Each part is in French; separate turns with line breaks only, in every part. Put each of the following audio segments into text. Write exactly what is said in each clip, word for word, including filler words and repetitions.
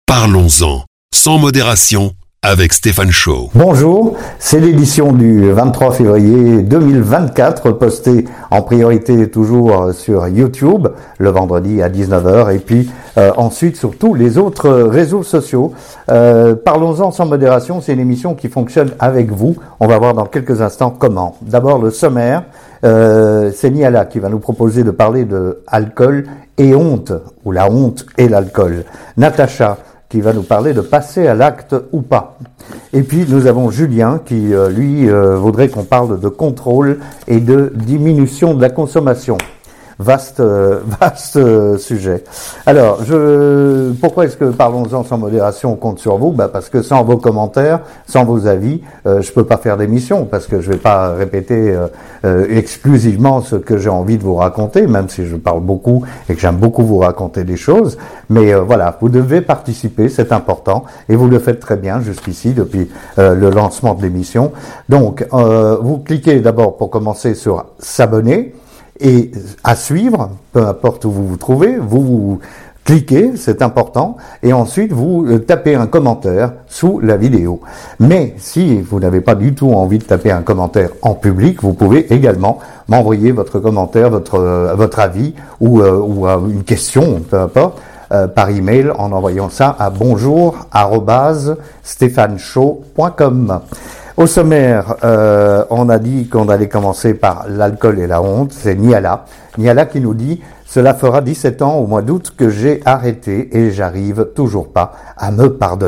Parlons-en, sans modération, avec Stéphane Chaud.
Bonjour, c'est l'édition du vingt-trois février deux mille vingt-quatre, postée en priorité toujours sur YouTube, le vendredi à dix-neuf heures, et puis euh, ensuite sur tous les autres réseaux sociaux. Euh, Parlons-en sans modération, c'est une émission qui fonctionne avec vous. On va voir dans quelques instants comment. D'abord le sommaire, euh, c'est Niala qui va nous proposer de parler de alcool et honte, ou la honte et l'alcool. Natacha qui va nous parler de passer à l'acte ou pas. Et puis nous avons Julien qui, euh, lui, euh, voudrait qu'on parle de contrôle et de diminution de la consommation. Vaste, euh, vaste euh, sujet. Alors, je, pourquoi est-ce que Parlons-en sans modération compte sur vous? Bah parce que sans vos commentaires, sans vos avis, euh, je peux pas faire d'émission parce que je vais pas répéter euh, euh, exclusivement ce que j'ai envie de vous raconter, même si je parle beaucoup et que j'aime beaucoup vous raconter des choses. Mais euh, voilà, vous devez participer, c'est important, et vous le faites très bien jusqu'ici depuis euh, le lancement de l'émission. Donc, euh, vous cliquez d'abord pour commencer sur s'abonner. Et à suivre, peu importe où vous vous trouvez, vous, vous cliquez, c'est important, et ensuite vous euh, tapez un commentaire sous la vidéo. Mais si vous n'avez pas du tout envie de taper un commentaire en public, vous pouvez également m'envoyer votre commentaire, votre euh, votre avis ou, euh, ou euh, une question, peu importe, euh, par email en envoyant ça à bonjour arobase stéphanechaud point com. Au sommaire, euh, on a dit qu'on allait commencer par l'alcool et la honte. C'est Niala. Niala qui nous dit « Cela fera dix-sept ans au mois d'août que j'ai arrêté et j'arrive toujours pas à me pardonner. »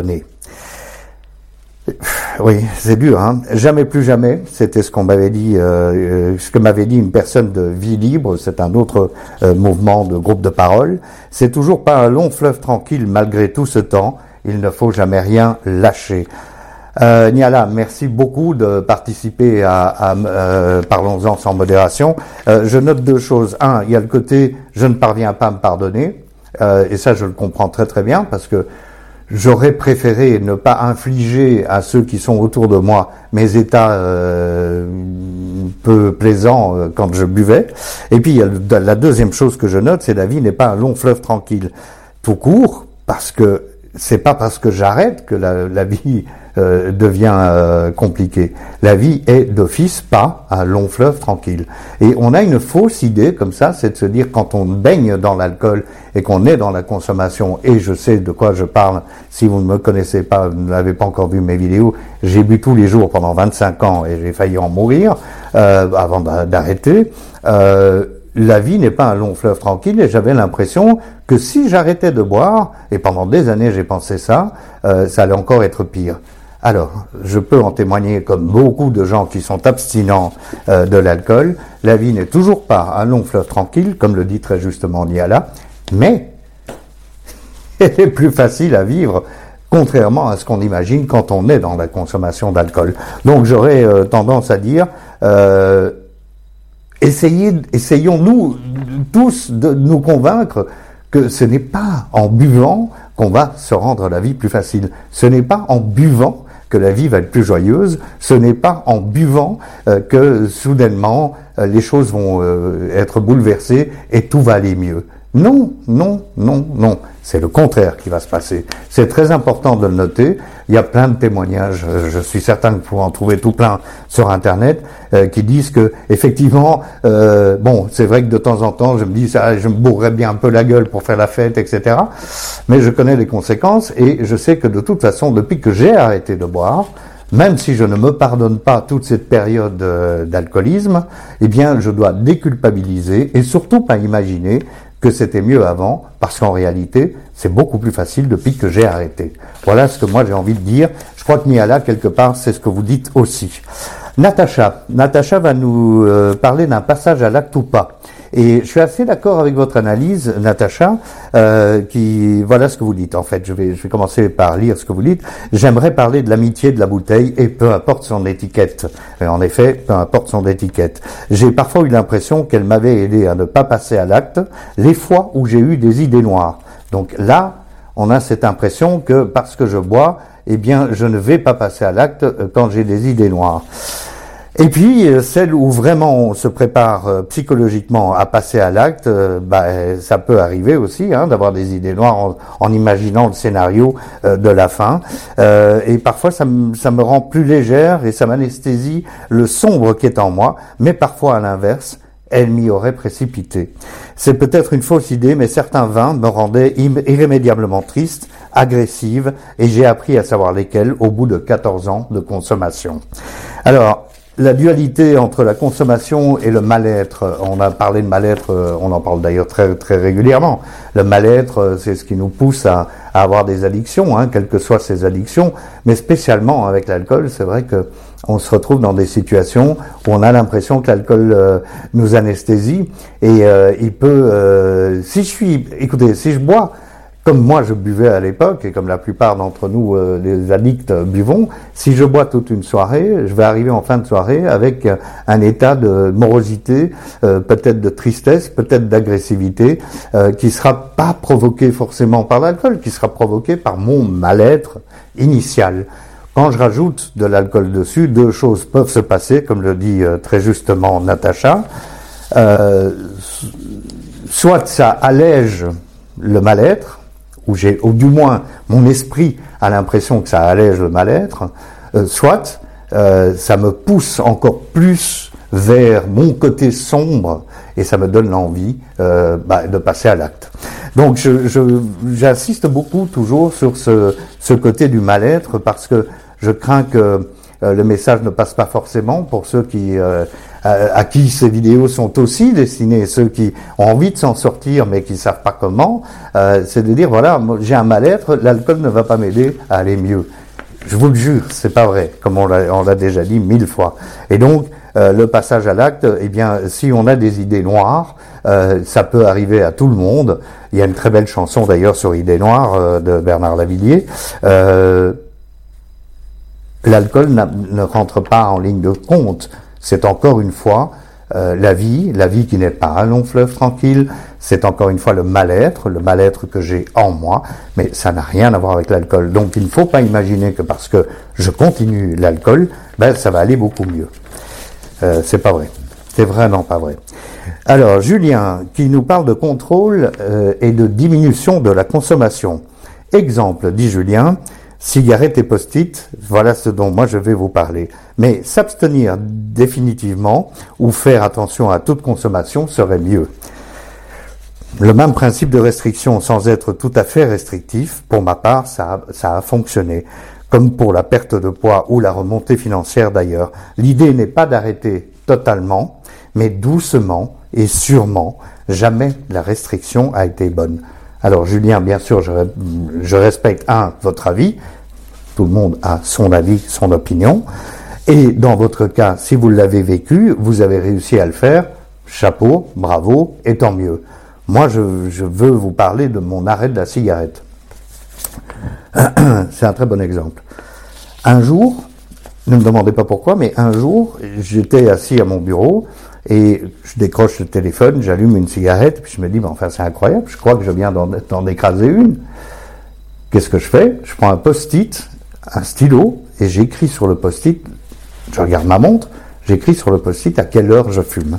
Oui, c'est dur, hein. Jamais plus jamais. C'était ce qu'on m'avait dit, euh, ce que m'avait dit une personne de Vie Libre. C'est un autre euh, mouvement de groupe de parole. C'est toujours pas un long fleuve tranquille malgré tout ce temps. Il ne faut jamais rien lâcher. Euh, Niala, merci beaucoup de participer à, à euh, Parlons-en sans modération. Euh, je note deux choses. Un, il y a le côté je ne parviens pas à me pardonner, euh, et ça je le comprends très très bien parce que j'aurais préféré ne pas infliger à ceux qui sont autour de moi mes états euh, peu plaisants euh, quand je buvais. Et puis il y a la deuxième chose que je note, c'est la vie n'est pas un long fleuve tranquille tout court, parce que c'est pas parce que j'arrête que la, la vie euh, devient euh, compliquée. La vie est d'office pas un long fleuve tranquille. Et on a une fausse idée comme ça, c'est de se dire quand on baigne dans l'alcool et qu'on est dans la consommation, et je sais de quoi je parle, si vous ne me connaissez pas, vous n'avez pas encore vu mes vidéos, j'ai bu tous les jours pendant vingt-cinq ans et j'ai failli en mourir euh, avant d'arrêter. Euh, La vie n'est pas un long fleuve tranquille et j'avais l'impression que si j'arrêtais de boire, et pendant des années j'ai pensé ça, euh, ça allait encore être pire. Alors, je peux en témoigner comme beaucoup de gens qui sont abstinents euh, de l'alcool, la vie n'est toujours pas un long fleuve tranquille, comme le dit très justement Niala, mais elle est plus facile à vivre, contrairement à ce qu'on imagine quand on est dans la consommation d'alcool. Donc j'aurais euh, tendance à dire... Euh, Essayez, essayons-nous tous de nous convaincre que ce n'est pas en buvant qu'on va se rendre la vie plus facile. Ce n'est pas en buvant que la vie va être plus joyeuse. Ce n'est pas en buvant euh, que soudainement euh, les choses vont euh, être bouleversées et tout va aller mieux. Non, non, non, non. C'est le contraire qui va se passer. C'est très important de le noter. Il y a plein de témoignages, je suis certain que vous pouvez en trouver tout plein sur Internet, euh, qui disent que, effectivement, euh, bon, c'est vrai que de temps en temps, je me dis, ça, je me bourrerais bien un peu la gueule pour faire la fête, et cetera. Mais je connais les conséquences et je sais que de toute façon, depuis que j'ai arrêté de boire, même si je ne me pardonne pas toute cette période euh, d'alcoolisme, eh bien, je dois déculpabiliser et surtout pas imaginer que c'était mieux avant, parce qu'en réalité, c'est beaucoup plus facile depuis que j'ai arrêté. Voilà ce que moi j'ai envie de dire. Je crois que Niala, quelque part, c'est ce que vous dites aussi. Natacha. Natacha va nous euh, parler d'un passage à l'acte ou pas. Et je suis assez d'accord avec votre analyse, Natacha, euh, qui, voilà ce que vous dites. En fait, je vais, je vais commencer par lire ce que vous dites. J'aimerais parler de l'amitié de la bouteille et peu importe son étiquette. Et en effet, peu importe son étiquette. J'ai parfois eu l'impression qu'elle m'avait aidé à ne pas passer à l'acte les fois où j'ai eu des idées noires. Donc là, on a cette impression que parce que je bois, eh bien, je ne vais pas passer à l'acte quand j'ai des idées noires. Et puis, celle où vraiment on se prépare euh, psychologiquement à passer à l'acte, euh, bah, ça peut arriver aussi, hein, d'avoir des idées noires en, en imaginant le scénario euh, de la fin. Euh, et parfois, ça, m- ça me rend plus légère et ça m'anesthésie le sombre qui est en moi, mais parfois à l'inverse, elle m'y aurait précipité. C'est peut-être une fausse idée, mais certains vins me rendaient im- irrémédiablement triste, agressive, et j'ai appris à savoir lesquels au bout de quatorze ans de consommation. Alors, la dualité entre la consommation et le mal-être, on a parlé de mal-être, on en parle d'ailleurs très très régulièrement. Le mal-être, c'est ce qui nous pousse à, à avoir des addictions, hein, quelles que soient ces addictions, mais spécialement avec l'alcool, c'est vrai que on se retrouve dans des situations où on a l'impression que l'alcool euh, nous anesthésie et euh, il peut, euh, si je suis, écoutez, si je bois comme moi je buvais à l'époque, et comme la plupart d'entre nous, euh, les addicts, euh, buvons, si je bois toute une soirée, je vais arriver en fin de soirée avec euh, un état de morosité, euh, peut-être de tristesse, peut-être d'agressivité, euh, qui sera pas provoqué forcément par l'alcool, qui sera provoqué par mon mal-être initial. Quand je rajoute de l'alcool dessus, deux choses peuvent se passer, comme le dit euh, très justement Natacha. Euh, soit ça allège le mal-être, ou j'ai, ou du moins mon esprit a l'impression que ça allège le mal-être, euh, soit euh, ça me pousse encore plus vers mon côté sombre et ça me donne l'envie euh, bah, de passer à l'acte. Donc je, je, j'insiste beaucoup toujours sur ce, ce côté du mal-être parce que je crains que euh, le message ne passe pas forcément pour ceux qui euh, à, à qui ces vidéos sont aussi destinées, ceux qui ont envie de s'en sortir mais qui savent pas comment, euh, c'est de dire voilà, moi, j'ai un mal-être, l'alcool ne va pas m'aider à aller mieux. Je vous le jure, c'est pas vrai, comme on l'a, on l'a déjà dit mille fois. Et donc euh, le passage à l'acte, eh bien, si on a des idées noires, euh, ça peut arriver à tout le monde. Il y a une très belle chanson d'ailleurs sur Idées noires euh, de Bernard Lavilliers. Euh, L'alcool ne rentre pas en ligne de compte. C'est encore une fois euh, la vie, la vie qui n'est pas un long fleuve tranquille. C'est encore une fois le mal-être, le mal-être que j'ai en moi, mais ça n'a rien à voir avec l'alcool. Donc il ne faut pas imaginer que parce que je continue l'alcool, ben ça va aller beaucoup mieux. Euh, c'est pas vrai. C'est vraiment pas vrai. Alors Julien, qui nous parle de contrôle euh, et de diminution de la consommation. Exemple, dit Julien. Cigarettes et post-it, voilà ce dont moi je vais vous parler. Mais s'abstenir définitivement ou faire attention à toute consommation serait mieux. Le même principe de restriction sans être tout à fait restrictif, pour ma part, ça a, ça a fonctionné. Comme pour la perte de poids ou la remontée financière d'ailleurs. L'idée n'est pas d'arrêter totalement, mais doucement et sûrement. Jamais la restriction a été bonne. Alors Julien, bien sûr, je, je respecte, un, votre avis. Tout le monde a son avis, son opinion. Et dans votre cas, si vous l'avez vécu, vous avez réussi à le faire, chapeau, bravo, et tant mieux. Moi, je, je veux vous parler de mon arrêt de la cigarette. C'est un très bon exemple. Un jour, ne me demandez pas pourquoi, mais un jour, j'étais assis à mon bureau, et je décroche le téléphone, j'allume une cigarette, puis je me dis, mais enfin c'est incroyable, je crois que je viens d'en, d'en écraser une. Qu'est-ce que je fais? Je prends un post-it, un stylo, et j'écris sur le post-it, je regarde ma montre, j'écris sur le post-it à quelle heure je fume.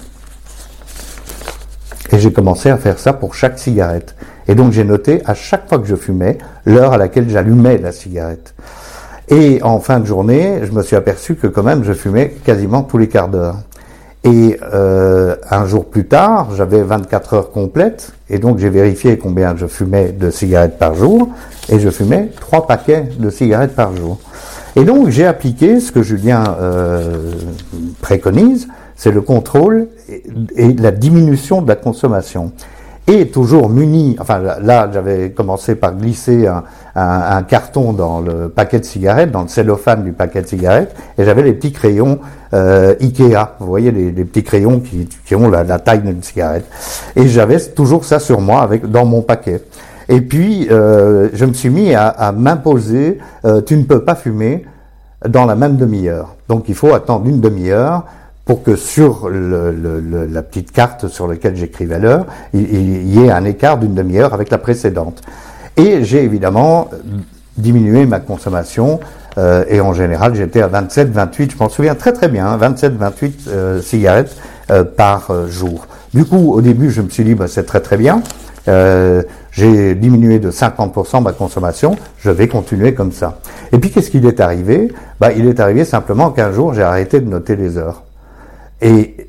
Et j'ai commencé à faire ça pour chaque cigarette. Et donc j'ai noté à chaque fois que je fumais, l'heure à laquelle j'allumais la cigarette. Et en fin de journée, je me suis aperçu que quand même je fumais quasiment tous les quarts d'heure. Et euh, un jour plus tard, j'avais vingt-quatre heures complètes, et donc j'ai vérifié combien je fumais de cigarettes par jour, et je fumais trois paquets de cigarettes par jour. Et donc j'ai appliqué ce que Julien euh, préconise, c'est le contrôle et, et la diminution de la consommation. Et toujours muni, enfin là j'avais commencé par glisser un, un, un carton dans le paquet de cigarettes, dans le cellophane du paquet de cigarettes, et j'avais les petits crayons euh, Ikea, vous voyez les, les petits crayons qui, qui ont la, la taille d'une cigarette. Et j'avais toujours ça sur moi avec dans mon paquet. Et puis euh, je me suis mis à, à m'imposer, euh, tu ne peux pas fumer dans la même demi-heure. Donc il faut attendre une demi-heure pour que sur le, le, le, la petite carte sur laquelle j'écrivais l'heure, il, il y ait un écart d'une demi-heure avec la précédente. Et j'ai évidemment diminué ma consommation euh, et en général j'étais à vingt-sept, vingt-huit, je m'en souviens très très bien, hein, vingt-sept, vingt-huit euh, cigarettes euh, par euh, jour. Du coup, au début, je me suis dit, bah, c'est très très bien, euh, j'ai diminué de cinquante pour cent ma consommation, je vais continuer comme ça. Et puis qu'est-ce qu'il est arrivé? Bah, il est arrivé simplement qu'un jour, j'ai arrêté de noter les heures. Et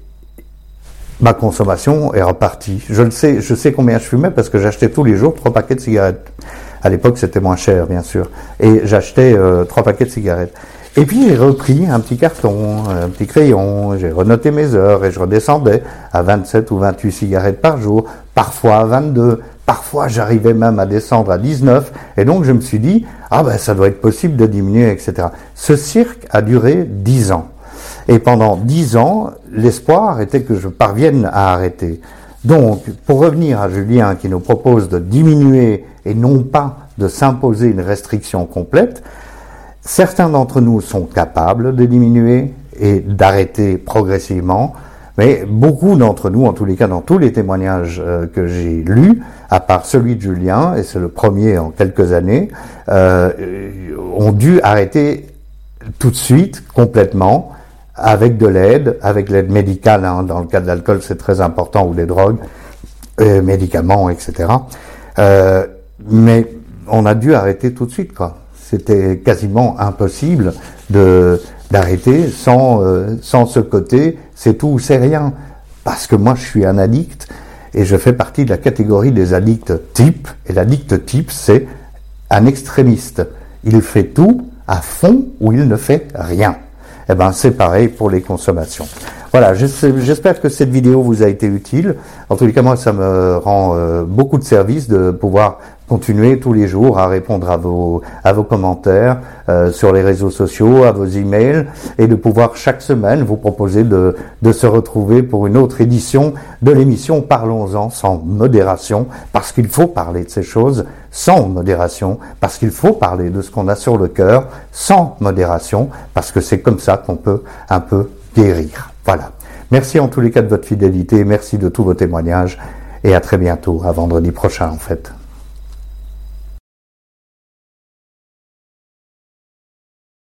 ma consommation est repartie. Je le sais, je sais combien je fumais parce que j'achetais tous les jours trois paquets de cigarettes. À l'époque, c'était moins cher, bien sûr. Et j'achetais euh, trois paquets de cigarettes. Et puis, j'ai repris un petit carton, un petit crayon, j'ai renoté mes heures et je redescendais à vingt-sept ou vingt-huit cigarettes par jour, parfois à vingt-deux, parfois j'arrivais même à descendre à dix-neuf. Et donc, je me suis dit, ah ben, ça doit être possible de diminuer, et cetera. Ce cirque a duré dix ans. Et pendant dix ans, l'espoir était que je parvienne à arrêter. Donc, pour revenir à Julien qui nous propose de diminuer et non pas de s'imposer une restriction complète, certains d'entre nous sont capables de diminuer et d'arrêter progressivement, mais beaucoup d'entre nous, en tous les cas dans tous les témoignages euh, que j'ai lus, à part celui de Julien, et c'est le premier en quelques années, euh, ont dû arrêter tout de suite, complètement, avec de l'aide, avec l'aide médicale, hein, dans le cas de l'alcool c'est très important, ou des drogues, euh, médicaments, et cetera. Euh, mais on a dû arrêter tout de suite, quoi. C'était quasiment impossible de d'arrêter sans euh, sans ce côté c'est tout ou c'est rien, parce que moi je suis un addict et je fais partie de la catégorie des addicts type, et l'addict type c'est un extrémiste. Il fait tout à fond ou il ne fait rien. Eh ben, c'est pareil pour les consommations. Voilà, j'espère que cette vidéo vous a été utile. En tous les cas, moi, ça me rend euh, beaucoup de service de pouvoir continuer tous les jours à répondre à vos à vos commentaires euh, sur les réseaux sociaux, à vos emails, et de pouvoir chaque semaine vous proposer de de se retrouver pour une autre édition de l'émission Parlons-en sans modération, parce qu'il faut parler de ces choses sans modération, parce qu'il faut parler de ce qu'on a sur le cœur sans modération, parce que c'est comme ça qu'on peut un peu guérir. Voilà. Merci en tous les cas de votre fidélité, merci de tous vos témoignages, et à très bientôt, à vendredi prochain en fait.